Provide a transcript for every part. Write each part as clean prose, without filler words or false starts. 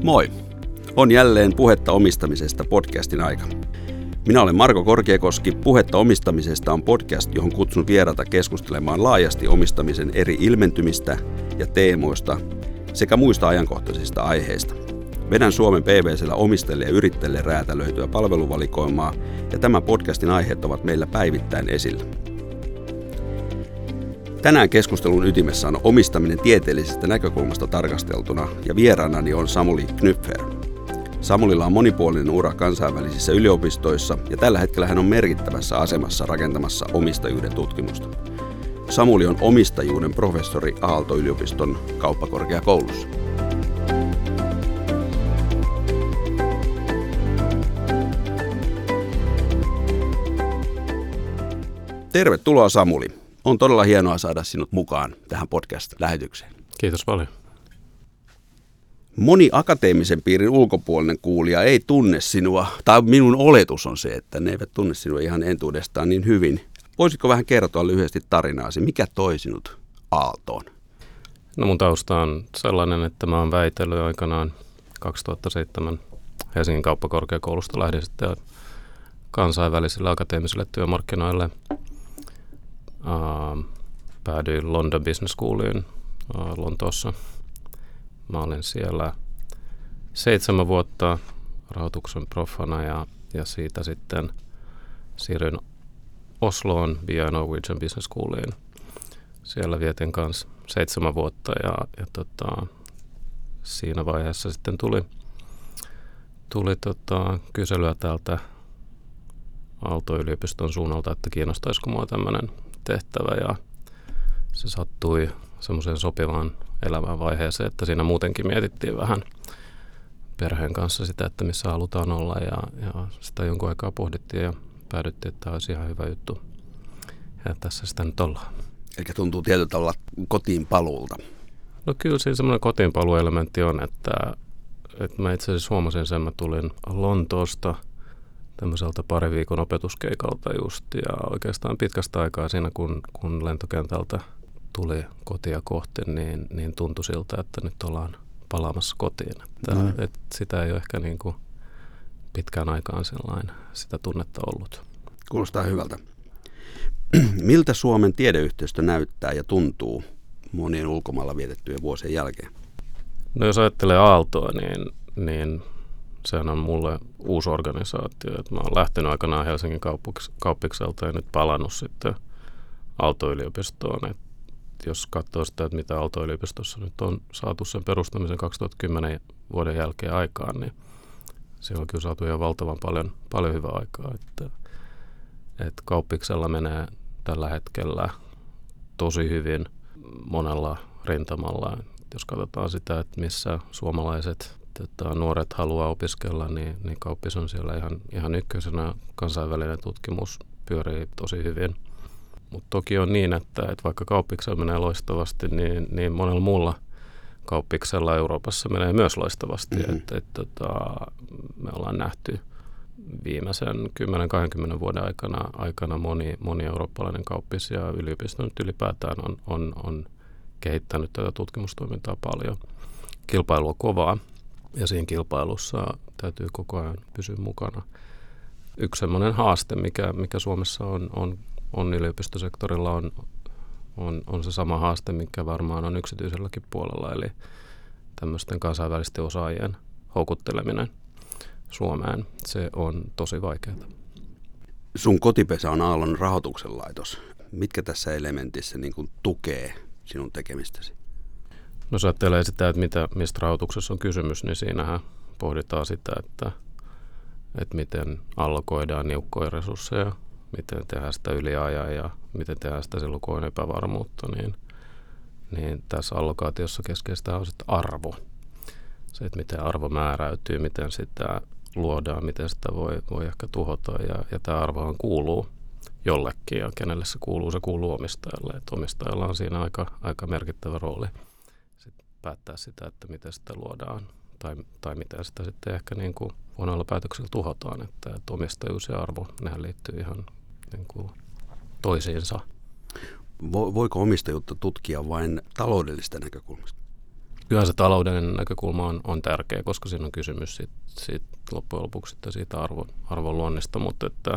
Moi! On jälleen Puhetta omistamisesta podcastin aika. Minä olen Marko Korkeakoski. Puhetta omistamisesta on podcast, johon kutsun vieraita keskustelemaan laajasti omistamisen eri ilmentymistä ja teemoista sekä muista ajankohtaisista aiheista. Vedän Suomen PVC:llä omistajille ja yrittäjille räätälöityä palveluvalikoimaa ja tämän podcastin aiheet ovat meillä päivittäin esillä. Tänään keskustelun ytimessä on omistaminen tieteellisestä näkökulmasta tarkasteltuna ja vieraanani on Samuli Knüpfer. Samulilla on monipuolinen ura kansainvälisissä yliopistoissa ja tällä hetkellä hän on merkittävässä asemassa rakentamassa omistajuuden tutkimusta. Samuli on omistajuuden professori Aalto-yliopiston kauppakorkeakoulussa. Tervetuloa Samuli. On todella hienoa saada sinut mukaan tähän podcast-lähetykseen. Kiitos paljon. Moni akateemisen piirin ulkopuolinen kuulija ei tunne sinua, tai minun oletus on se, että ne eivät tunne sinua ihan entuudestaan niin hyvin. Voisitko vähän kertoa lyhyesti tarinaasi? Mikä toi sinut Aaltoon? No mun tausta on sellainen, että mä oon väitellyt aikanaan 2007 Helsingin kauppakorkeakoulusta. Lähdin sitten kansainvälisille akateemisille työmarkkinoille. Päädyin London Business Schooliin Lontoossa. Mä olin siellä 7 vuotta rahoituksen profana ja siitä sitten siirryin Osloon via Norwegian Business Schooliin. Siellä vietin kanssa 7 vuotta ja siinä vaiheessa sitten tuli kyselyä täältä Aalto-yliopiston suunnalta, että kiinnostaisiko mua tämmöinen tehtävä ja se sattui semmoiseen sopivaan elämän vaiheeseen, että siinä muutenkin mietittiin vähän perheen kanssa sitä, että missä halutaan olla ja sitä jonkun aikaa pohdittiin ja päädyttiin, että tämä olisi ihan hyvä juttu. Ja tässä sitä nyt ollaan. Eli tuntuu tietyllä tavalla kotiin paluulta. No kyllä siinä semmoinen kotiinpaluelementti on, että mä itse asiassa huomasin sen, mä tulin Lontoosta tämmöiseltä 2 viikon opetuskeikalta just ja oikeastaan pitkästä aikaa siinä, kun lentokentältä tuli kotia kohti, niin tuntui siltä, että nyt ollaan palaamassa kotiin. Että sitä ei ole ehkä niin kuin pitkään aikaan sellainen sitä tunnetta ollut. Kuulostaa hyvältä. Miltä Suomen tiedeyhteistyö näyttää ja tuntuu monien ulkomailla vietettyjen vuosien jälkeen? No jos ajattelee Aaltoa, niin sehän on mulle uusi organisaatio. Että mä oon lähtenyt aikanaan Helsingin kauppikselta ja nyt palannut sitten Aalto-yliopistoon. Et jos katsoo sitä, että mitä Aalto-yliopistossa nyt on saatu sen perustamisen 2010 vuoden jälkeen aikaan, niin siellä on kyllä saatu ihan valtavan paljon hyvää aikaa. Että kauppiksella menee tällä hetkellä tosi hyvin monella rintamalla. Jos katsotaan sitä, että missä suomalaiset nuoret haluaa opiskella, niin kauppis on siellä ihan ykkösenä. Kansainvälinen tutkimus pyörii tosi hyvin. Mutta toki on niin, että vaikka kauppiksella menee loistavasti, niin monella muulla kauppiksella Euroopassa menee myös loistavasti. Me ollaan nähty viimeisen 10-20 vuoden aikana moni eurooppalainen kauppis ja yliopisto nyt ylipäätään on kehittänyt tätä tutkimustoimintaa paljon. Kilpailu on kovaa ja siinä kilpailussa täytyy koko ajan pysyä mukana. Yksi semmoinen haaste, mikä Suomessa on yliopistosektorilla, on se sama haaste, mikä varmaan on yksityiselläkin puolella, eli tämmöisten kansainvälisten osaajien houkutteleminen Suomeen. Se on tosi vaikeaa. Sun kotipesä on Aallon rahoituksen laitos. Mitkä tässä elementissä niin kuin tukee sinun tekemistäsi? No jos ajattelee sitä, että mistä rahoituksessa on kysymys, niin siinähän pohditaan sitä, että miten allokoidaan niukkoja resursseja, miten tehdään sitä yliajaa ja miten tehdään sitä silloin, kun on epävarmuutta, niin tässä allokaatiossa keskeistä on sitten arvo. Se, että miten arvo määräytyy, miten sitä luodaan, miten sitä voi ehkä tuhota ja tämä arvohan kuuluu jollekin ja kenelle se kuuluu omistajalle. Että omistajalla on siinä aika merkittävä rooli sitten päättää sitä, että miten sitä luodaan tai miten sitä sitten ehkä niin kuin huonoilla päätöksillä tuhotaan. Että omistajuus ja arvo, nehän liittyy ihan niin kuin toisiinsa. Voiko omistajuutta tutkia vain taloudellisesta näkökulmasta? kyllä se taloudellinen näkökulma on tärkeä, koska siinä on kysymys siitä loppujen lopuksi siitä arvon luonnista, mutta että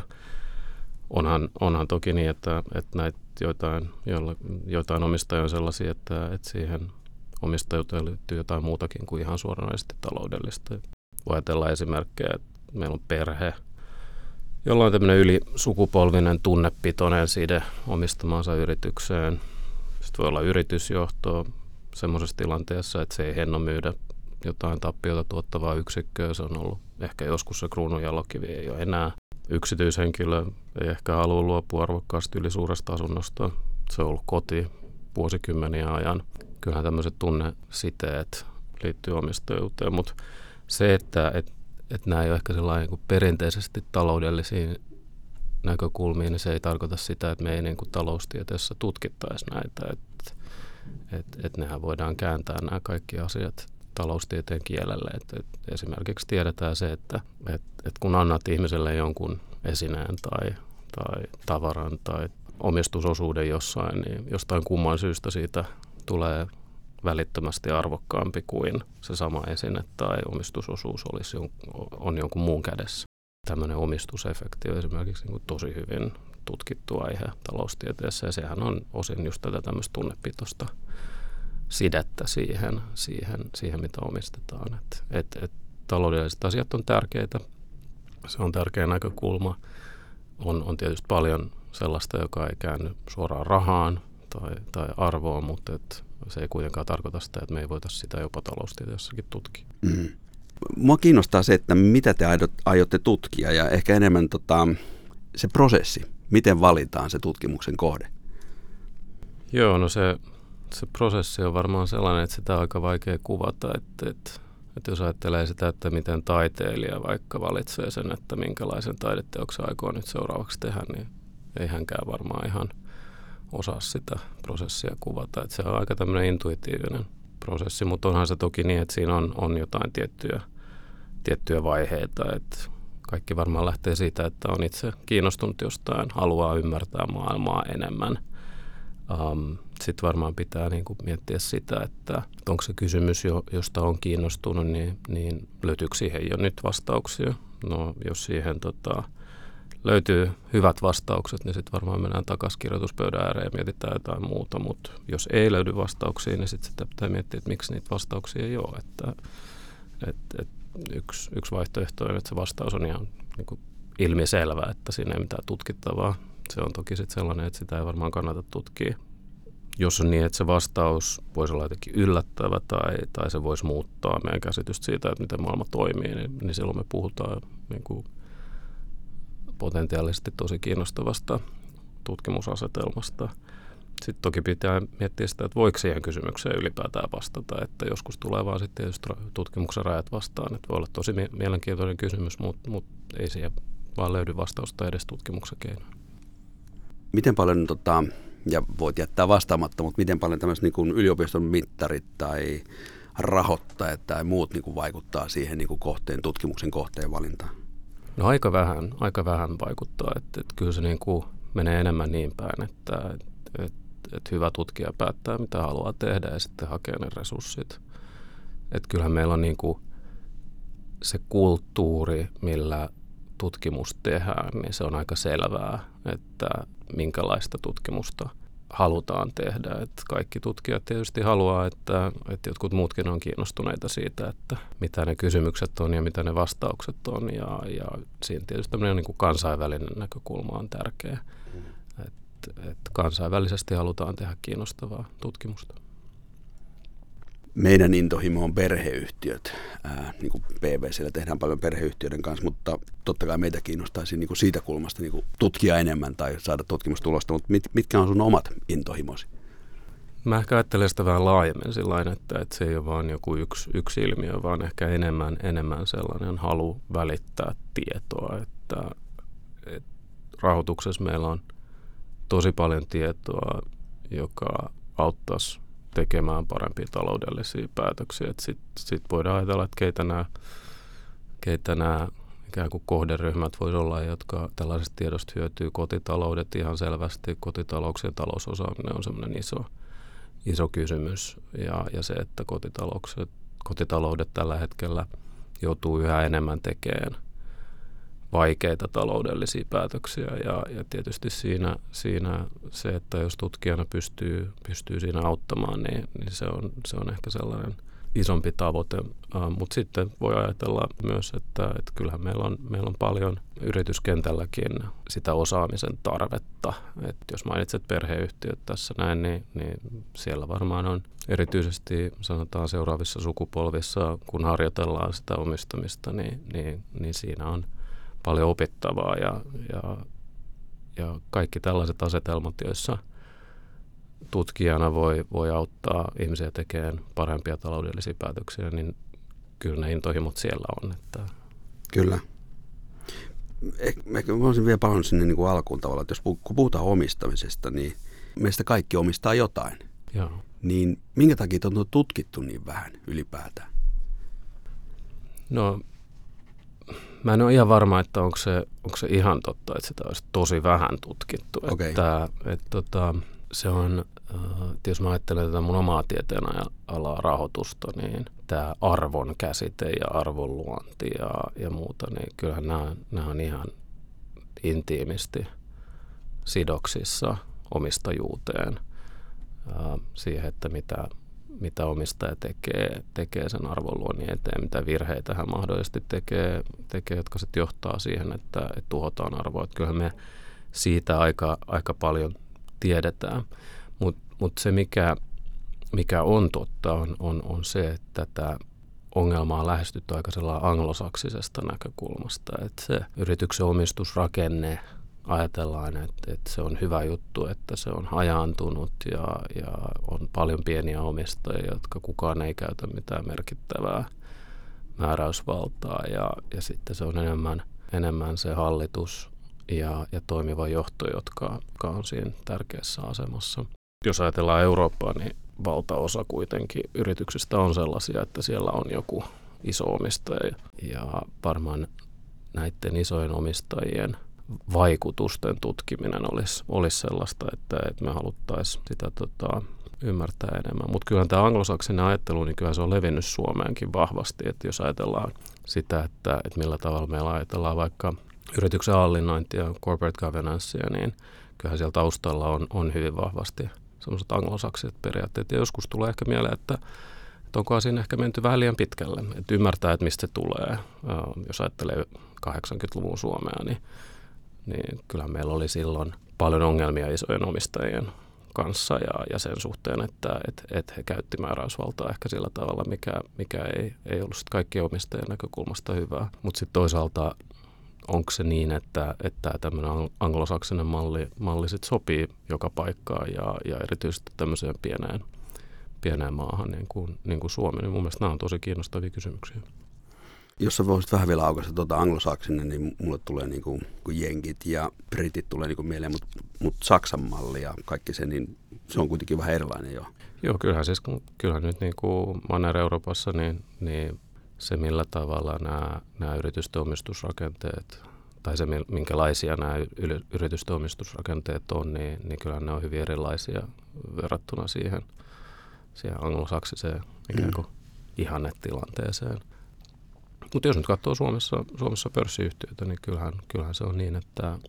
onhan toki niin, että näitä joitain omistajia on sellaisia, että siihen omistajuuteen liittyy jotain muutakin kuin ihan suoranaisesti taloudellista. Voi ajatella esimerkkejä, että meillä on perhe, jolla on tämmöinen ylisukupolvinen tunnepitoinen side omistamaansa yritykseen. Sitten voi olla yritysjohto semmoisessa tilanteessa, että se ei henno myydä jotain tappiota tuottavaa yksikköä. Se on ollut ehkä joskus se kruununjalokivi, ei ole enää. Yksityishenkilö ei ehkä halua luopua arvokkaasta ylisuuresta asunnosta. Se on ollut koti vuosikymmeniä ajan. Kyllähän tämmöiset tunnesiteet liittyy omistajuuteen, mutta se, että nämä ei ole ehkä sellainen niin perinteisesti taloudellisiin näkökulmiin, niin se ei tarkoita sitä, että me ei niin kuin taloustieteessä tutkittaisi näitä. Että nehän voidaan kääntää nämä kaikki asiat taloustieteen kielelle. Et esimerkiksi tiedetään se, että kun annat ihmiselle jonkun esineen tai tavaran tai omistusosuuden jossain, niin jostain kumman syystä siitä tulee välittömästi arvokkaampi kuin se sama esine tai omistusosuus on jonkun muun kädessä. Tämmöinen omistusefekti on esimerkiksi niin kuin tosi hyvin tutkittu aihe taloustieteessä, ja sehän on osin just tätä tämmöistä tunnepitoista sidettä siihen mitä omistetaan. Et taloudelliset asiat on tärkeitä, se on tärkeä näkökulma. On tietysti paljon sellaista, joka ei käänny suoraan rahaan tai arvoon, mutta se ei kuitenkaan tarkoita sitä, että me ei voitaisiin sitä jopa taloustieteessäkin tutkia. Mm. Mua kiinnostaa se, että mitä te aiotte tutkia ja ehkä enemmän se prosessi. Miten valitaan se tutkimuksen kohde? Joo, no se prosessi on varmaan sellainen, että sitä on aika vaikea kuvata. Että jos ajattelee sitä, että miten taiteilija vaikka valitsee sen, että minkälaisen taideteoksen aikoo nyt seuraavaksi tehdä, niin ei hänkään varmaan ihan osaa sitä prosessia kuvata. Että se on aika tämmöinen intuitiivinen prosessi, mutta onhan se toki niin, että siinä on jotain tiettyjä vaiheita. Että kaikki varmaan lähtee siitä, että on itse kiinnostunut jostain, haluaa ymmärtää maailmaa enemmän. Sitten varmaan pitää niin kuin miettiä sitä, että onko se kysymys, josta on kiinnostunut, niin löytyykö siihen jo nyt vastauksia. No jos siihen löytyy hyvät vastaukset, niin sitten varmaan mennään takaisin kirjoituspöydän ääreen ja mietitään jotain muuta. Mutta jos ei löydy vastauksia, niin sitten sitä pitää miettiä, että miksi niitä vastauksia ei ole. Yksi vaihtoehto on, että se vastaus on ihan niin kuin ilmiselvä, että siinä ei mitään tutkittavaa. Se on toki sitten sellainen, että sitä ei varmaan kannata tutkia. Jos on niin, että se vastaus voisi olla jotenkin yllättävä tai se voisi muuttaa meidän käsitystä siitä, että miten maailma toimii, niin silloin me puhutaan niin kuin potentiaalisesti tosi kiinnostavasta tutkimusasetelmasta. Sitten toki pitää miettiä sitä, että voiko siihen kysymykseen ylipäätään vastata, että joskus tulee vaan sitten tietysti tutkimuksen rajat vastaan. Että voi olla tosi mielenkiintoinen kysymys, mutta ei siihen vaan löydy vastausta edes tutkimuksen keinoin. Miten paljon, ja voit jättää vastaamatta, mutta miten paljon tämmöiset niin kuin yliopiston mittarit tai rahoittajat tai muut niin kuin vaikuttaa siihen niin kuin tutkimuksen kohteen valintaan? No aika vähän vaikuttaa, että kyllä se niin kuin menee enemmän niin päin, että hyvä tutkija päättää, mitä haluaa tehdä ja sitten hakee ne resurssit. Että kyllähän meillä on niin kuin se kulttuuri, millä tutkimus tehdään, niin se on aika selvää, että minkälaista tutkimusta halutaan tehdä. Että kaikki tutkijat tietysti haluaa, että jotkut muutkin on kiinnostuneita siitä, että mitä ne kysymykset on ja mitä ne vastaukset on. Ja siinä tietysti tämmöinen niin kuin kansainvälinen näkökulma on tärkeä. Että kansainvälisesti halutaan tehdä kiinnostavaa tutkimusta. Meidän intohimo on perheyhtiöt. Niin kuin PwC:llä tehdään paljon perheyhtiöiden kanssa, mutta totta kai meitä kiinnostaisi niin kuin siitä kulmasta niin kuin tutkia enemmän tai saada tutkimustulosta. Mutta mitkä on sun omat intohimosi? Mä ehkä ajattelen sitä vähän laajemmin sillain, että se ei ole vain joku yksi ilmiö, vaan ehkä enemmän sellainen halu välittää tietoa. Että rahoituksessa meillä on tosi paljon tietoa, joka auttaisi tekemään parempia taloudellisia päätöksiä. Sitten voidaan ajatella, että keitä nämä ikään kuin kohderyhmät voisi olla, jotka tällaisesta tiedosta hyötyy. Kotitaloudet ihan selvästi. Kotitalouksien talousosaaminen on semmoinen iso kysymys ja se, että kotitaloudet tällä hetkellä joutuu yhä enemmän tekemään vaikeita taloudellisia päätöksiä ja tietysti siinä se, että jos tutkijana pystyy siinä auttamaan, niin se on ehkä sellainen isompi tavoite, mutta sitten voi ajatella myös, että kyllähän meillä on paljon yrityskentälläkin sitä osaamisen tarvetta. Et jos mainitset perheyhtiöt tässä näin, niin siellä varmaan on erityisesti sanotaan seuraavissa sukupolvissa, kun harjoitellaan sitä omistamista, niin siinä on paljon opittavaa ja kaikki tällaiset asetelmat, joissa tutkijana voi auttaa ihmisiä tekemään parempia taloudellisia päätöksiä, niin kyllä ne intohimot siellä on. Että. Kyllä. Mä voisin vielä palannut sinne niin kuin alkuun tavallaan, että kun puhutaan omistamisesta, niin meistä kaikki omistaa jotain. Joo. Niin minkä takia on tutkittu niin vähän ylipäätään? No, mä en ole ihan varma, että onko se ihan totta, että sitä olisi tosi vähän tutkittu. Okay. Se on, jos mä ajattelen tätä mun omaa tieteenalaa rahoitusta, niin tämä arvon käsite ja arvon luonti ja muuta, niin kyllähän nämä on ihan intiimisti sidoksissa omistajuuteen, siihen, että mitä omistaja tekee sen arvonluonnin eteen, mitä virheitä hän mahdollisesti tekee jotka sitten johtaa siihen, että tuhotaan arvoa. Että kyllähän me siitä aika paljon tiedetään, mutta se mikä on totta on se, että tätä ongelmaa on lähestytty aika sellainen anglosaksisesta näkökulmasta, että se yrityksen omistusrakenne ajatellaan, että se on hyvä juttu, että se on hajaantunut ja on paljon pieniä omistajia, jotka kukaan ei käytä mitään merkittävää määräysvaltaa ja sitten se on enemmän se hallitus ja toimiva johto, jotka on siinä tärkeässä asemassa. Jos ajatellaan Eurooppaa, niin valtaosa kuitenkin yrityksistä on sellaisia, että siellä on joku iso omistaja ja varmaan näiden isojen omistajien vaikutusten tutkiminen olisi sellaista, että me haluttaisiin sitä ymmärtää enemmän. Mutta kyllä tämä anglosaksinen ajattelu, niin kyllä se on levinnyt Suomeenkin vahvasti, että jos ajatellaan sitä, että millä tavalla meillä ajatellaan vaikka yrityksen hallinnointia, corporate governancea, niin kyllähän siellä taustalla on hyvin vahvasti sellaiset anglosaksiset periaatteet. Ja joskus tulee ehkä mieleen, että onkohan siinä ehkä menty vähän liian pitkälle, että ymmärtää, että mistä se tulee. Jos ajattelee 80-luvun Suomea, niin kyllähän meillä oli silloin paljon ongelmia isojen omistajien kanssa ja sen suhteen, että he käytti määräysvaltaa ehkä sillä tavalla, mikä ei ollut sit kaikkien omistajien näkökulmasta hyvää. Mutta sitten toisaalta onko se niin, että tämmöinen anglosaksinen malli sit sopii joka paikkaan ja erityisesti tämmöiseen pieneen maahan niin kuin Suomi, niin mun mielestä nämä on tosi kiinnostavia kysymyksiä. Jos sä voisit vähän vielä aukaista anglosaksinen, niin mulle tulee niin kuin jenkit ja britit tulee niin kuin mieleen, mutta Saksan malli ja kaikki se, niin se on kuitenkin vähän erilainen jo. Joo, kyllähän nyt niin kuin Manner-Euroopassa, niin se millä tavalla nämä yritysten omistusrakenteet, tai se minkälaisia nämä yritysten omistusrakenteet on, niin kyllähän ne on hyvin erilaisia verrattuna siihen anglosaksiseen ikään kuin ihannetilanteeseen. Mutta jos nyt katsoo Suomessa pörssiyhtiöitä, niin kyllähän se on niin, että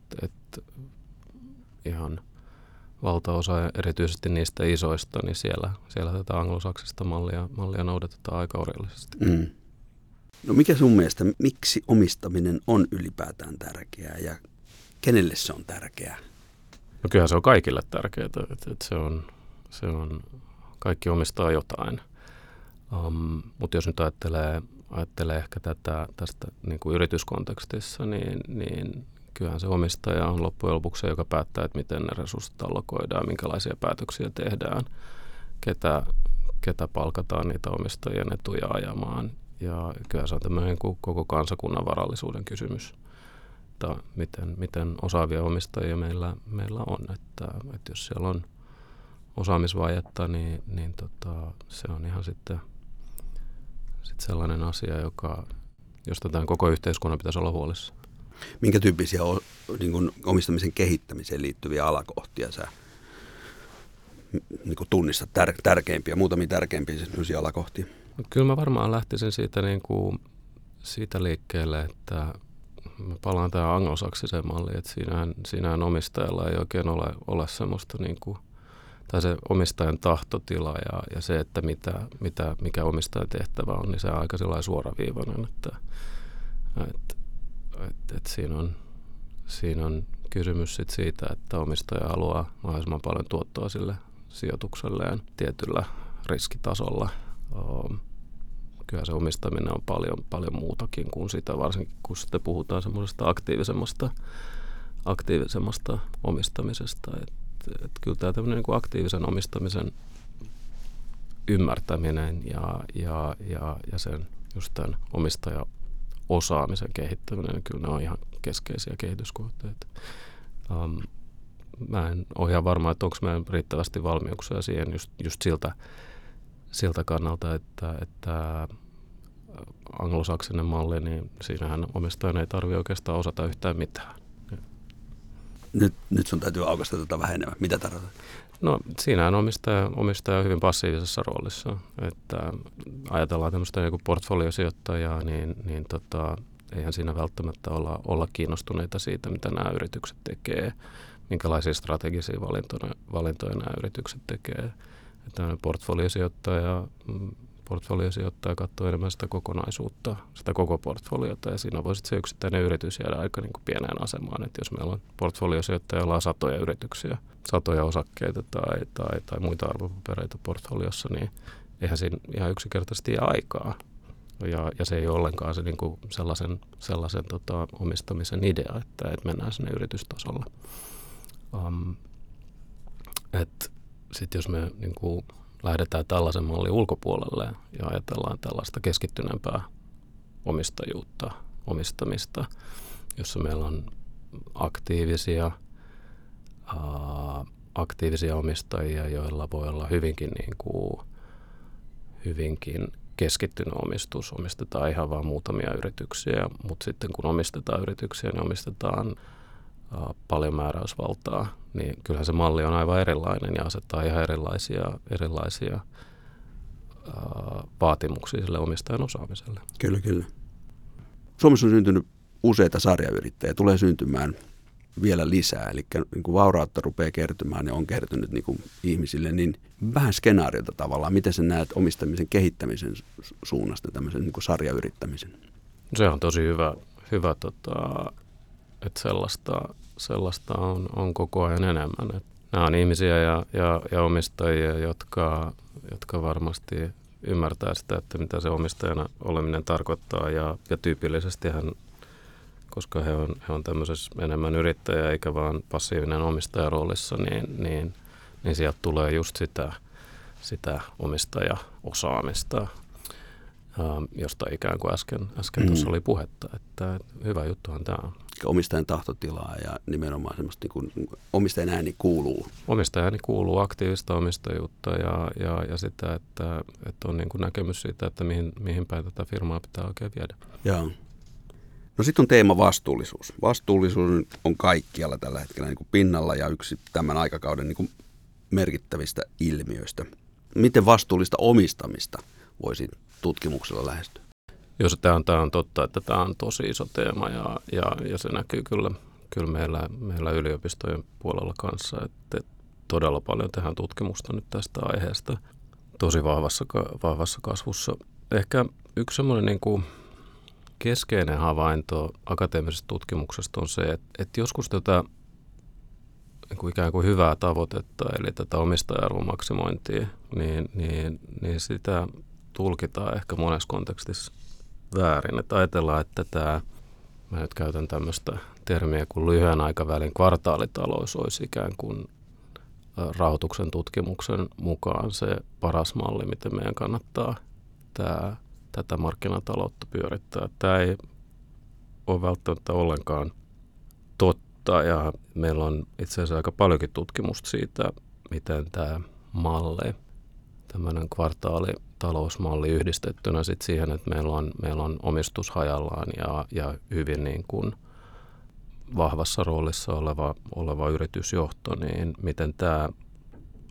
ihan valtaosa erityisesti niistä isoista, niin siellä tätä anglosaksista mallia noudatetaan aika orjallisesti. Mm. No mikä sun mielestä, miksi omistaminen on ylipäätään tärkeää ja kenelle se on tärkeää? No kyllähän se on kaikille tärkeää, että se on kaikki omistaa jotain. Mutta jos nyt ajattelee ehkä tästä niin kuin yrityskontekstissa, niin kyllähän se omistaja on loppujen lopuksi se, joka päättää, että miten ne resurssit allokoidaan, minkälaisia päätöksiä tehdään, ketä palkataan niitä omistajien etuja ajamaan. Ja kyllä se on tämmöinen koko kansakunnan varallisuuden kysymys, että miten osaavia omistajia meillä on. Että jos siellä on osaamisvajetta, niin se on ihan sitten sellainen asia, josta tämän koko yhteiskunnan pitäisi olla huolissa. Minkä tyyppisiä niin kuin omistamisen kehittämiseen liittyviä alakohtia sä niin kuin tunnistat muutamia tärkeimpiä alakohtia? Kyllä mä varmaan lähtisin siitä liikkeelle, että mä palaan tähän anglosaksiseen malliin, että siinähän omistajalla ei oikein ole semmoista tai se omistajan tahtotila ja se, että mikä omistajan tehtävä on, niin se on aika sellainen suoraviivainen, että siinä on kysymys siitä, että omistaja haluaa mahdollisimman paljon tuottoa sille sijoitukselleen tietyllä riskitasolla. Kyllä se omistaminen on paljon muutakin kuin sitä, varsinkin kun sitten puhutaan semmoisesta aktiivisemmasta omistamisesta. Että kyllä tämä tämmöinen niin kuin aktiivisen omistamisen ymmärtäminen ja sen just tämän omistajaosaamisen kehittäminen, niin kyllä ne on ihan keskeisiä kehityskohteita. Mä en ole ihan varma, että onko meidän riittävästi valmiuksia siihen just siltä kannalta, että anglosaksinen malli, niin siinähän omistajan ei tarvitse oikeastaan osata yhtään mitään. Nyt sun täytyy aukaista tätä vähän enemmän. Mitä tarkoitat? No siinähän omistaja on hyvin passiivisessa roolissa. Että ajatellaan tämmöistä niin kuin portfoliosijoittajaa, niin eihän siinä välttämättä olla kiinnostuneita siitä, mitä nämä yritykset tekee, minkälaisia strategisia valintoja nämä yritykset tekee. Että portfoliosijoittaja katsoo enemmän sitä kokonaisuutta, sitä koko portfoliota, ja siinä voi se yksittäinen yritys jäädä aika niin kuin pieneen asemaan. Että jos meillä on portfoliosijoittaja, jolla on satoja yrityksiä, satoja osakkeita tai muita arvopapereita portfoliossa, niin eihän siinä ihan yksinkertaisesti jää aikaa. Ja se ei ole ollenkaan se niin kuin sellaisen omistamisen idea, että mennään sinne yritystasolle. Sitten jos me niin kuin lähdetään tällaisen mallin ulkopuolelle ja ajatellaan tällaista keskittyneempää omistamista, jossa meillä on aktiivisia omistajia, joilla voi olla hyvinkin keskittynyt omistus. Omistetaan ihan vain muutamia yrityksiä, mutta sitten kun omistetaan yrityksiä, niin omistetaan paljon määräysvaltaa, niin kyllähän se malli on aivan erilainen ja asettaa ihan erilaisia vaatimuksia sille omistajan osaamiselle. Kyllä. Suomessa on syntynyt useita sarjayrittäjiä, tulee syntymään vielä lisää, eli niin kuin vaurautta rupeaa kertymään ja on kertynyt niin kuin ihmisille, niin vähän skenaariota tavallaan, miten sä näet omistamisen kehittämisen suunnasta tämmöisen niin kuin sarjayrittämisen? Se on tosi hyvä että sellaista on koko ajan enemmän. Nämä on ihmisiä ja omistajia, jotka varmasti ymmärtää sitä, että mitä se omistajana oleminen tarkoittaa. Ja tyypillisesti koska he on tämmöisessä enemmän yrittäjä eikä vaan passiivinen omistajaroolissa, niin sieltä tulee just sitä omistajaosaamista, josta ikään kuin äsken tuossa oli puhetta. Että hyvä juttuhan tämä on. Omistajan tahtotilaa ja nimenomaan semmoista niin kuin omistajan ääni kuuluu. Omistajan ääni kuuluu, aktiivista omistajuutta ja sitä, että on niin kuin näkemys siitä, että mihin päin tätä firmaa pitää oikein viedä. Joo. No sitten on teema vastuullisuus. Vastuullisuus on kaikkialla tällä hetkellä niin kuin pinnalla ja yksi tämän aikakauden niin kuin merkittävistä ilmiöistä. Miten vastuullista omistamista voisi tutkimuksella lähestyä? Jos tämä on totta, että tämä on tosi iso teema ja se näkyy kyllä meillä yliopistojen puolella kanssa, että todella paljon tehdään tutkimusta nyt tästä aiheesta tosi vahvassa kasvussa. Ehkä yksi semmoinen niin kuin keskeinen havainto akateemisesta tutkimuksesta on se, että joskus tätä niin kuin ikään kuin hyvää tavoitetta, eli tätä omistaja-arvon maksimointia, niin sitä tulkitaan ehkä monessa kontekstissa väärin. Että ajatellaan, että mä nyt käytän tämmöistä termiä kuin lyhyen aikavälin kvartaalitalous olisi ikään kuin rahoituksen tutkimuksen mukaan se paras malli, miten meidän kannattaa tätä markkinataloutta pyörittää. Tämä ei ole välttämättä ollenkaan totta ja meillä on itse asiassa aika paljonkin tutkimusta siitä, miten tämä malli, tämmöinen kvartaalitalousmalli yhdistettynä sit siihen, että meillä on omistus hajallaan ja hyvin niin kuin vahvassa roolissa oleva yritysjohto, niin miten tämä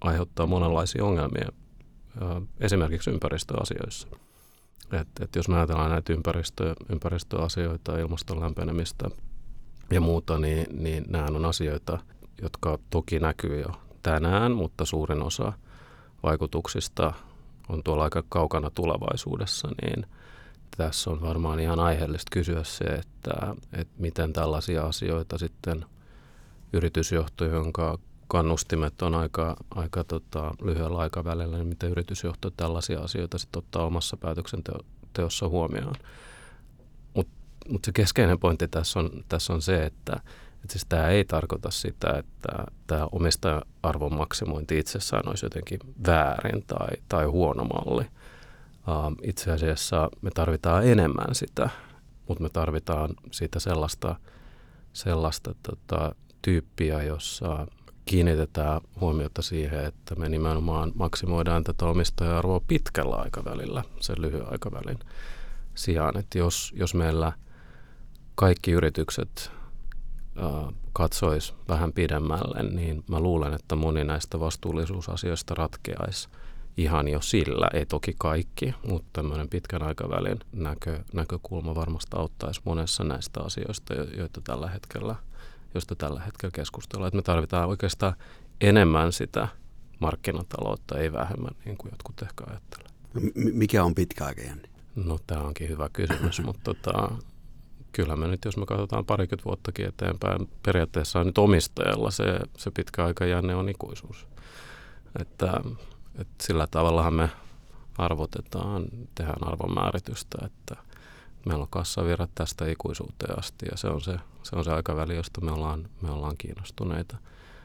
aiheuttaa monenlaisia ongelmia esimerkiksi ympäristöasioissa. Et jos me ajatellaan näitä ympäristöasioita, ilmaston lämpenemistä ja muuta, niin nämä on asioita, jotka toki näkyy jo tänään, mutta suurin osa vaikutuksista on tuolla aika kaukana tulevaisuudessa, niin tässä on varmaan ihan aiheellista kysyä se, että miten tällaisia asioita sitten yritysjohto, jonka kannustimet on aika lyhyellä aikavälillä, niin miten yritysjohto tällaisia asioita sitten ottaa omassa päätöksenteossa huomioon. Mutta se keskeinen pointti tässä on se, että siis tämä ei tarkoita sitä, että tämä omistaja-arvon maksimointi itsessään olisi jotenkin väärin tai huono malli. Itse asiassa me tarvitaan enemmän sitä, mutta me tarvitaan siitä sellaista tyyppiä, jossa kiinnitetään huomiota siihen, että me nimenomaan maksimoidaan tätä omistaja-arvoa pitkällä aikavälillä, sen lyhyen aikavälin sijaan. Että jos meillä kaikki yritykset katsoisi vähän pidemmälle, niin mä luulen, että moni näistä vastuullisuusasioista ratkeaisi ihan jo sillä. Ei toki kaikki, mutta tämmöinen pitkän aikavälin näkökulma varmasti auttaisi monessa näistä asioista, joista tällä hetkellä keskustellaan. Että me tarvitaan oikeastaan enemmän sitä markkinataloutta, ei vähemmän, niin kuin jotkut ehkä ajattelee. Mikä on pitkäaikainen? No tämä onkin hyvä kysymys, mutta kyllä me nyt, jos me katsotaan parikymmentä vuottakin eteenpäin, periaatteessa on nyt omistajalla se pitkäaikajänne on ikuisuus. Että sillä tavallahan me arvotetaan, tehdään arvonmääritystä, että meillä on kassavirrat tästä ikuisuuteen asti ja se on se aikaväli, josta me ollaan kiinnostuneita.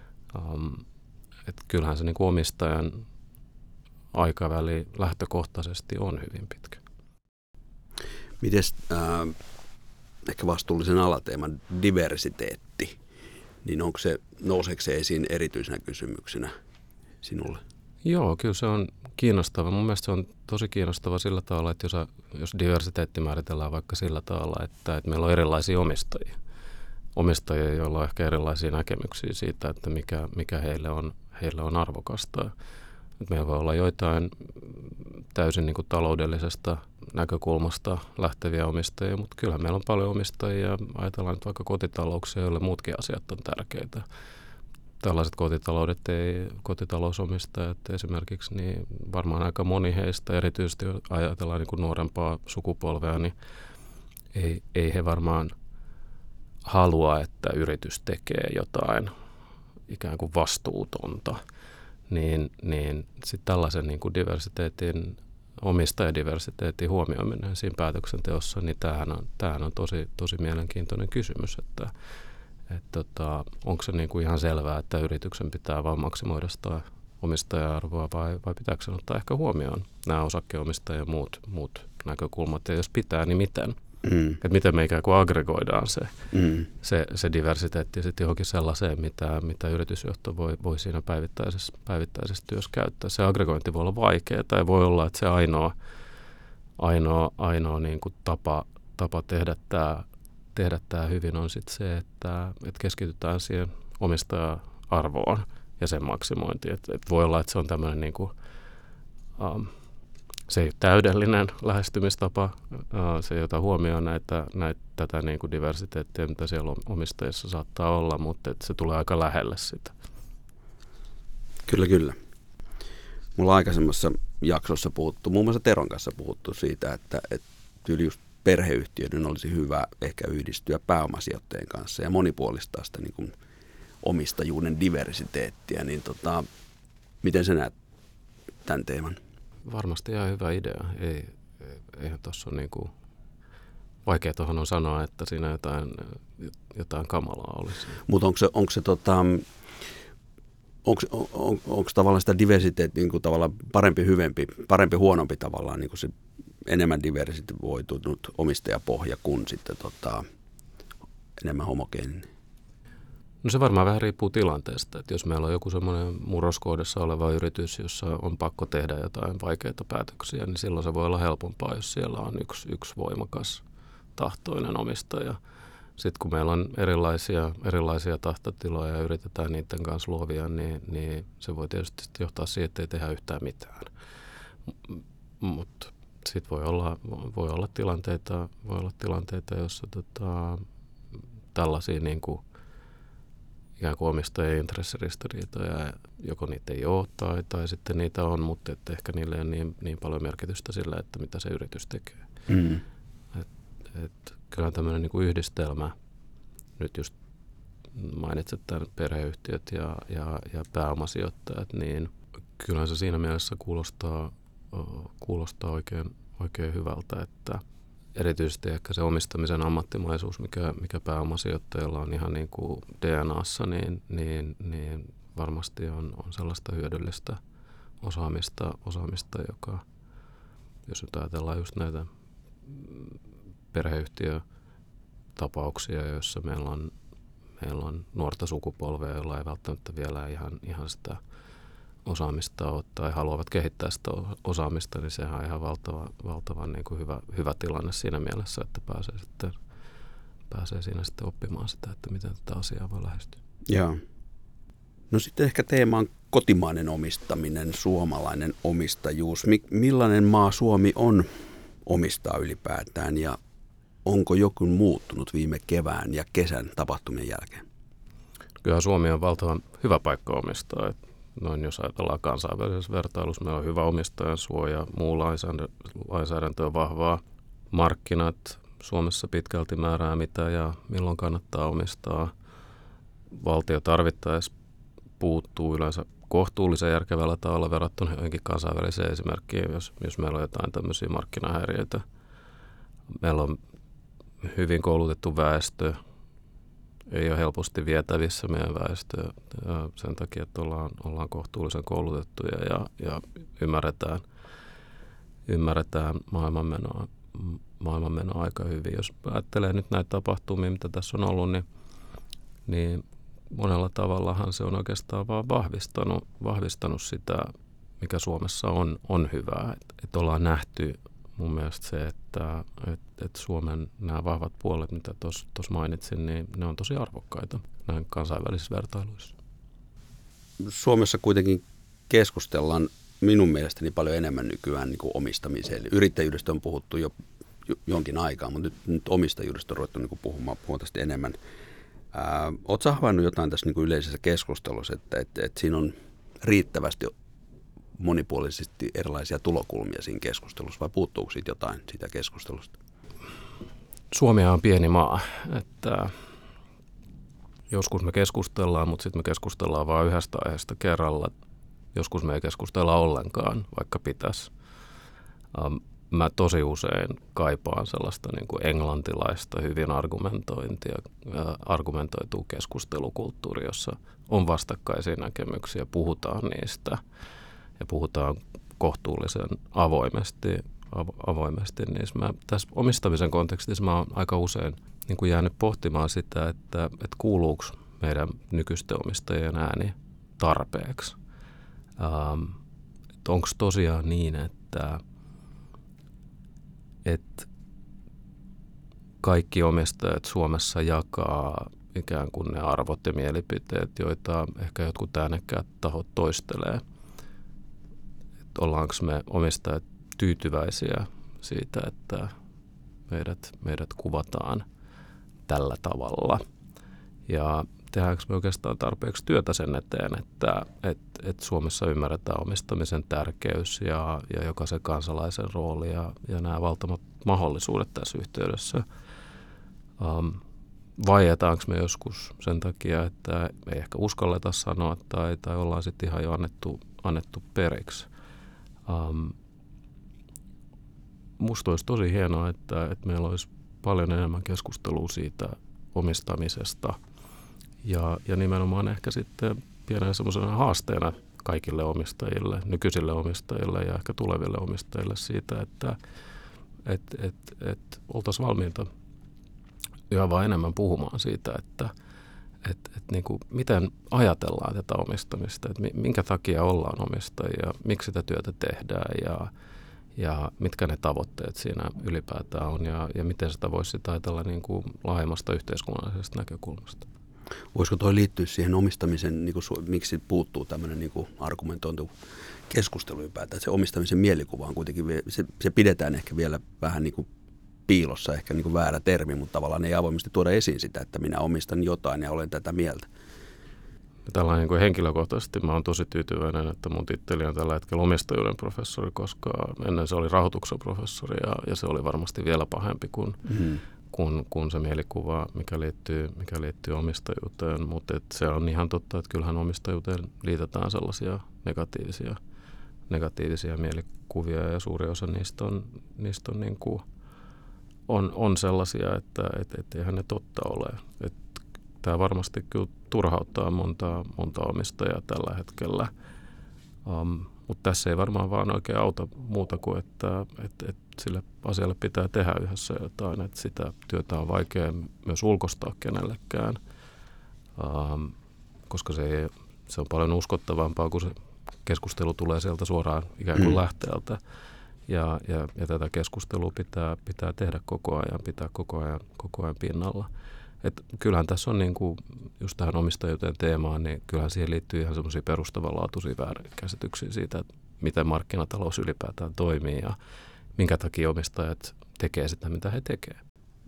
Että kyllähän se niin kuin omistajan aikaväli lähtökohtaisesti on hyvin pitkä. Mites ehkä vastuullisen alateeman diversiteetti, niin nouseeko se esiin erityisenä kysymyksenä sinulle? Joo, kyllä se on kiinnostava. Mun mielestä se on tosi kiinnostava sillä tavalla, että jos diversiteetti määritellään vaikka sillä tavalla, että meillä on erilaisia omistajia, joilla on ehkä erilaisia näkemyksiä siitä, että mikä heille on arvokasta. Että meillä voi olla joitain täysin niin kuin taloudellisesta näkökulmasta lähteviä omistajia, mutta kyllähän meillä on paljon omistajia. Ajatellaan nyt vaikka kotitalouksia, joille muutkin asiat on tärkeitä. Tällaiset kotitalousomistajat esimerkiksi, niin varmaan aika moni heistä, erityisesti jos ajatellaan niin kuin nuorempaa sukupolvea, niin ei he varmaan halua, että yritys tekee jotain ikään kuin vastuutonta. Niin sitten tällaisen niin kuin omistajadiversiteetin huomioiminen siinä päätöksenteossa, niin tämähän on tosi mielenkiintoinen kysymys, että onko se niin kuin ihan selvää, että yrityksen pitää vaan maksimoida sitä omistaja-arvoa vai pitääkö sen ottaa ehkä huomioon nämä osakkeenomistajien muut näkökulmat, ja jos pitää, niin miten? Että miten me ikään kuin aggregoidaan se diversiteetti sitten johonkin sellaiseen, mitä yritysjohto voi siinä päivittäisessä työssä käyttää. Se aggregointi voi olla vaikeaa tai voi olla, että se ainoa niin kuin tapa tehdä tämä hyvin on sitten se, että keskitytään siihen omistaja-arvoon ja sen maksimointiin. Et voi olla, että se on tämmöinen niin kuin, se ei ole täydellinen lähestymistapa, se ei ota huomioon tätä niin kuin diversiteettiä, mitä siellä omistajissa saattaa olla, mutta se tulee aika lähelle sitä. Kyllä. Mulla on aikaisemmassa jaksossa puhuttu, muun muassa Teron kanssa puhuttu siitä, että just perheyhtiöiden olisi hyvä ehkä yhdistyä pääomasijoittajien kanssa ja monipuolistaa sitä niin kuin omistajuuden diversiteettiä. Niin miten sä näet tämän teeman? Varmasti ihan hyvä idea. Eihän tuossa ole niin kuin vaikea tuohon on sanoa, että siinä jotain kamalaa olisi. Mutta onko tavallaan sitä diversiteettiä niin kuin tavallaan parempi, huonompi tavallaan, niin kuin se enemmän diversivoitunut omistajapohja kuin sitten enemmän homogeeninen? No se varmaan vähän riippuu tilanteesta, että jos meillä on joku semmoinen murroskohdassa oleva yritys, jossa on pakko tehdä jotain vaikeita päätöksiä, niin silloin se voi olla helpompaa, jos siellä on yksi voimakas tahtoinen omistaja. sitten kun meillä on erilaisia tahtotiloja ja yritetään niiden kanssa luovia, niin se voi tietysti johtaa siihen, että ei tehdä yhtään mitään. Mutta sitten voi olla tilanteita, joissa tällaisia niin kuin ikään kuin omistajien intressiristiriitoja, joko niitä ei ole tai sitten niitä on, mutta että ehkä niille ei ole niin paljon merkitystä sillä, että mitä se yritys tekee. Mm. Kyllä tämmöinen niin kuin yhdistelmä, nyt just mainitset tämän perheyhtiöt ja pääomasijoittajat, niin kyllä se siinä mielessä kuulostaa oikein hyvältä, että erityisesti ehkä se omistamisen ammattimaisuus, mikä pääomasijoittajilla on ihan niin kuin DNAssa, niin varmasti on sellaista hyödyllistä osaamista, joka, jos nyt ajatellaan just näitä perheyhtiötapauksia, joissa meillä on nuorta sukupolvea, jolla ei välttämättä vielä ihan sitä osaamista ole tai haluavat kehittää sitä osaamista, niin sehän on ihan valtavan niin kuin hyvä tilanne siinä mielessä, että pääsee siinä sitten oppimaan sitä, että miten tätä asiaa voi lähestyä. Joo. No sitten ehkä teema on kotimainen omistaminen, suomalainen omistajuus. Millainen maa Suomi on omistaa ylipäätään ja onko joku muuttunut viime kevään ja kesän tapahtumien jälkeen? Kyllä Suomi on valtavan hyvä paikka omistaa. Noin jos ajatellaan kansainvälisessä vertailussa, meillä on hyvä omistajan suoja, muu lainsäädäntö on vahvaa. Markkinat Suomessa pitkälti määrää mitä ja milloin kannattaa omistaa. Valtio tarvittaessa puuttuu yleensä kohtuullisen järkevällä tavalla verrattuna johonkin kansainväliseen esimerkkiin, jos meillä on jotain tämmöisiä markkinahäiriöitä. Meillä on hyvin koulutettu väestö, ei ole helposti vietävissä meidän väestöä sen takia, että ollaan kohtuullisen koulutettuja ja ymmärretään maailmanmenoa aika hyvin. Jos ajattelee nyt näitä tapahtumia, mitä tässä on ollut, niin monella tavallahan se on oikeastaan vaan vahvistanut sitä, mikä Suomessa on hyvää. Että ollaan nähty mun mielestä se, että Suomen nämä vahvat puolet, mitä tuossa mainitsin, niin ne on tosi arvokkaita näin kansainvälisissä vertailuissa. Suomessa kuitenkin keskustellaan minun mielestäni paljon enemmän nykyään niin kuin omistamiseen. Yrittäjyydestä on puhuttu jo jonkin aikaa, mutta nyt omistajuudesta on ruvettu niin kuin puhumaan huomattavasti enemmän. Oletko havainnut jotain tässä niin kuin yleisessä keskustelussa, että siinä on riittävästi monipuolisesti erilaisia tulokulmia siinä keskustelussa, vai puuttuuko siitä jotain siitä keskustelusta? Suomi on pieni maa, että joskus me keskustellaan, mutta sitten me keskustellaan vain yhdestä aiheesta kerralla. Joskus me ei keskustella ollenkaan, vaikka pitäisi. Mä tosi usein kaipaan sellaista niin kuin englantilaista hyvin argumentoitua keskustelukulttuuria, jossa on vastakkaisia näkemyksiä, puhutaan niistä ja puhutaan kohtuullisen avoimesti. Niin tässä omistamisen kontekstissa mä oon aika usein niin kuin jäänyt pohtimaan sitä, että kuuluuko meidän nykyisten omistajien ääni tarpeeksi. Onko tosiaan niin, että kaikki omistajat Suomessa jakaa ikään kuin ne arvot ja mielipiteet, joita ehkä jotkut äänekkäät tahot toistelee. Ollaanko me omistajat tyytyväisiä siitä, että meidät kuvataan tällä tavalla. Ja tehdäänkö me oikeastaan tarpeeksi työtä sen eteen, että Suomessa ymmärretään omistamisen tärkeys ja jokaisen kansalaisen rooli ja nämä valtavat mahdollisuudet tässä yhteydessä. Vaietaanko me joskus sen takia, että ei ehkä uskalleta sanoa tai ollaan sitten ihan jo annettu periksi. Musta olisi tosi hienoa, että meillä olisi paljon enemmän keskustelua siitä omistamisesta ja nimenomaan ehkä sitten pienenä semmoisena haasteena kaikille omistajille, nykyisille omistajille ja ehkä tuleville omistajille siitä, että oltaisiin valmiita yhä vaan enemmän puhumaan siitä, että niin kuin, miten ajatellaan tätä omistamista, että minkä takia ollaan omistajia, miksi sitä työtä tehdään ja mitkä ne tavoitteet siinä ylipäätään on ja miten sitä voisi ajatella niin kuin laajemmasta yhteiskunnallisesta näkökulmasta. Voisiko toi liittyä siihen omistamisen, niin kuin, miksi puuttuu tämmöinen niin kuin argumentointu keskustelu ylipäätään, että se omistamisen mielikuva on kuitenkin, se pidetään ehkä vielä vähän niin kuin piilossa, ehkä niin kuin väärä termi, mutta tavallaan ei avoimesti tuoda esiin sitä, että minä omistan jotain ja olen tätä mieltä. Tällainen niin kuin henkilökohtaisesti mä oon tosi tyytyväinen, että mun titteli on tällä hetkellä omistajuuden professori, koska ennen se oli rahoituksen professori ja se oli varmasti vielä pahempi kuin se mielikuva, mikä liittyy omistajuuteen. Mutta se on ihan totta, että kyllähän omistajuuteen liitetään sellaisia negatiivisia mielikuvia ja suuri osa niistä on, niin kuin, on sellaisia, että eihän ne totta ole. Tämä varmasti kyllä turhauttaa monta omistajaa tällä hetkellä, mutta tässä ei varmaan vaan oikein auta muuta kuin, että sille asialle pitää tehdä yhdessä jotain, että sitä työtä on vaikea myös ulkoistaa kenellekään, koska se on paljon uskottavampaa, kun se keskustelu tulee sieltä suoraan ikään kuin lähteeltä. Ja tätä keskustelua pitää tehdä koko ajan, pitää koko ajan pinnalla. Et kyllähän tässä on niinku, just tähän omistajuuteen teemaan, niin kyllähän siihen liittyy ihan semmoisia perustavanlaatuisia väärinkäsityksiä siitä, että miten markkinatalous ylipäätään toimii ja minkä takia omistajat tekee sitä, mitä he tekevät.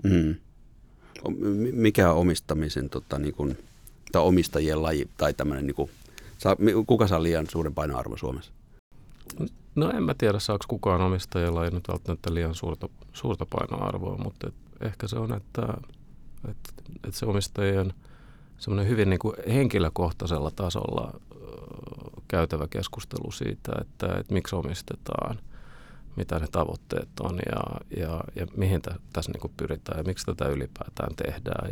Mikä on omistamisen tai omistajien laji tai tämmöinen, kuka saa liian suuren painoarvon Suomessa? No en mä tiedä, saako kukaan omistajilla ei nyt välttämättä liian suurta painoarvoa, mutta ehkä se on, että se omistajien semmoinen hyvin niin kuin henkilökohtaisella tasolla käytävä keskustelu siitä, että miksi omistetaan, mitä ne tavoitteet on ja mihin tässä niin kuin pyritään ja miksi tätä ylipäätään tehdään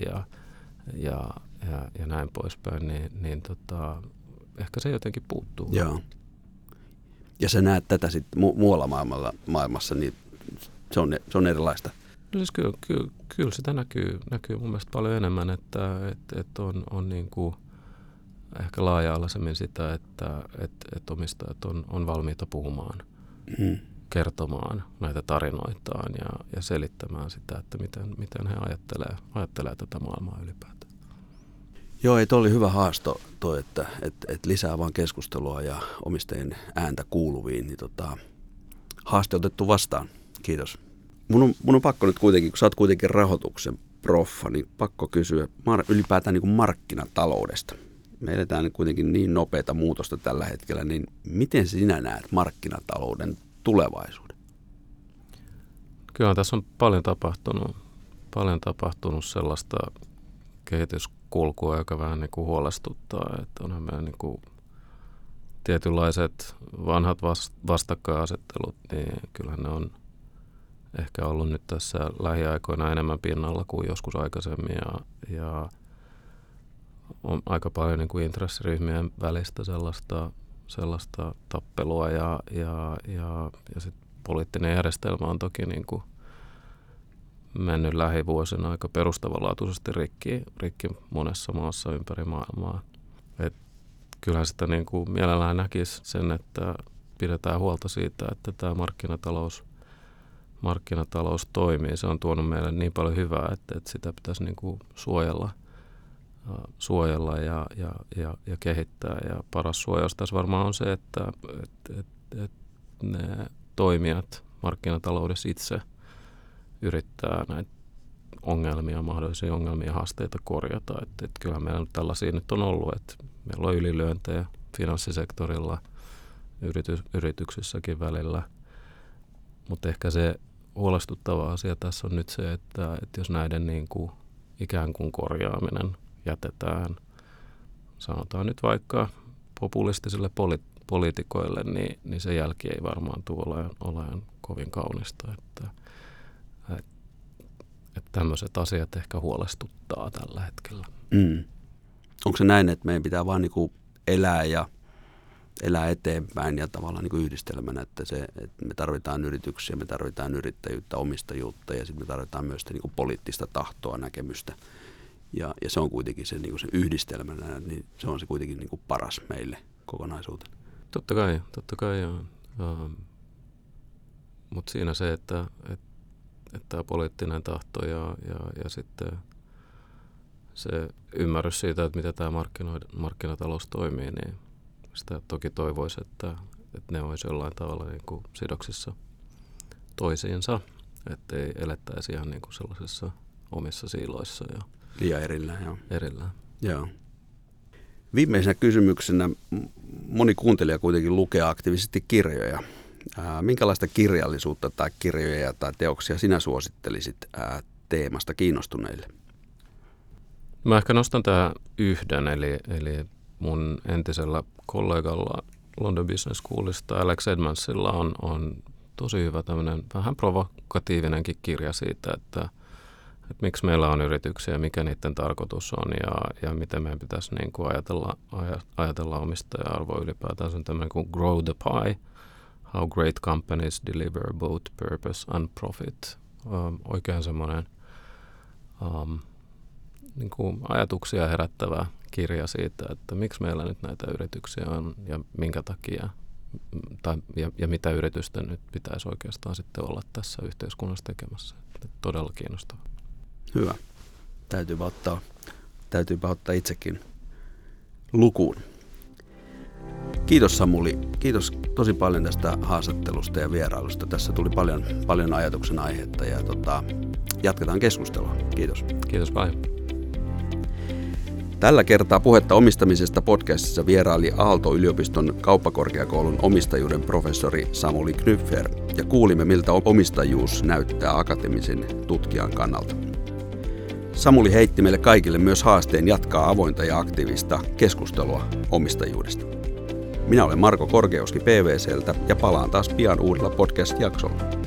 ja näin poispäin, niin ehkä se jotenkin puuttuu. Joo. Ja sä näet tätä sitten muualla maailmassa, niin se on erilaista. No siis kyllä sitä näkyy mun mielestä paljon enemmän, että on niin kuin ehkä laaja-alaisemmin sitä, että omistajat on valmiita puhumaan, kertomaan näitä tarinoitaan ja selittämään sitä, että miten he ajattelee tätä maailmaa ylipäätään. Joo, toi oli hyvä haasto toi, että lisää vaan keskustelua ja omistajien ääntä kuuluviin, niin haaste otettu vastaan. Kiitos. Mun on pakko nyt kuitenkin, kun sä oot kuitenkin rahoituksen proffa, niin pakko kysyä ylipäätään niin kuin markkinataloudesta. Me eletään kuitenkin niin nopeata muutosta tällä hetkellä, niin miten sinä näet markkinatalouden tulevaisuuden? Kyllä tässä on paljon tapahtunut sellaista kehityskulkua, joka vähän niin kuin huolestuttaa, että onhan meillä niin kuin tietynlaiset vanhat vastakkainasettelut, niin kyllähän ne on ehkä ollut nyt tässä lähiaikoina enemmän pinnalla kuin joskus aikaisemmin ja on aika paljon niin kuin intressiryhmien välistä sellaista tappelua ja sit poliittinen järjestelmä on toki niin kuin mennyt lähivuosina aika perustavanlaatuisesti rikki monessa maassa ympäri maailmaa. Et kyllähän sitä niin kuin mielellään näkisi sen, että pidetään huolta siitä, että tämä markkinatalous toimii. Se on tuonut meille niin paljon hyvää, että sitä pitäisi niin kuin suojella ja kehittää. Ja paras suojaus tässä varmaan on se, että ne toimijat markkinataloudessa itse yrittää näitä mahdollisia ongelmia ja haasteita korjata. Että kyllähän meillä tällaisia nyt on ollut, että meillä on ylilyöntejä finanssisektorilla, yrityksissäkin välillä. Mutta ehkä se huolestuttava asia tässä on nyt se, että jos näiden niin kuin ikään kuin korjaaminen jätetään, sanotaan nyt vaikka populistisille poliitikoille, niin se jälki ei varmaan tule olemaan kovin kaunista. Että tämmöiset asiat ehkä huolestuttaa tällä hetkellä. Onko se näin, että meidän pitää vaan niinku elää eteenpäin ja tavallaan niinku yhdistelmänä, että me tarvitaan yrityksiä, me tarvitaan yrittäjyyttä, omistajuutta ja sitten me tarvitaan myös niinku poliittista tahtoa, näkemystä. Ja se on kuitenkin se, niinku se yhdistelmänä, niin se on se kuitenkin niinku paras meille kokonaisuutena. Totta kai joo. Mutta siinä se, että tämä poliittinen tahto ja sitten se ymmärrys siitä, että miten tämä markkinatalous toimii, niin sitä toki toivoisi, että ne olisi jollain tavalla niin kuin sidoksissa toisiinsa, ettei elettäisi ihan niin kuin sellaisissa omissa siiloissa. Ja liian erillään, joo. Erillään. Joo. Viimeisenä kysymyksenä, moni kuuntelija kuitenkin lukee aktiivisesti kirjoja. Minkälaista kirjallisuutta tai kirjoja tai teoksia sinä suosittelisit teemasta kiinnostuneille? Mä ehkä nostan tähän yhden, eli mun entisellä kollegalla London Business Schoolista Alex Edmondsilla on tosi hyvä tämmöinen vähän provokatiivinenkin kirja siitä, että miksi meillä on yrityksiä, mikä niiden tarkoitus on ja miten meidän pitäisi niin kuin ajatella omistaja-arvoa ylipäätään. Se on tämmöinen kuin Grow the Pie, How Great Companies Deliver Both Purpose and Profit. Oikein semmoinen niin kuin ajatuksia herättävä kirja siitä, että miksi meillä nyt näitä yrityksiä on ja minkä takia ja mitä yritysten nyt pitäisi oikeastaan sitten olla tässä yhteiskunnassa tekemässä. Todella kiinnostava. Hyvä. Täytyypä ottaa itsekin lukuun. Kiitos Samuli. Kiitos tosi paljon tästä haastattelusta ja vierailusta. Tässä tuli paljon ajatuksen aihetta ja jatketaan keskustelua. Kiitos. Kiitos paljon. Tällä kertaa Puhetta omistamisesta podcastissa vieraili Aalto-yliopiston kauppakorkeakoulun omistajuuden professori Samuli Knüpfer ja kuulimme, miltä omistajuus näyttää akateemisen tutkijan kannalta. Samuli heitti meille kaikille myös haasteen jatkaa avointa ja aktiivista keskustelua omistajuudesta. Minä olen Marko Korkeakoski PwC:ltä ja palaan taas pian uudella podcast-jaksolla.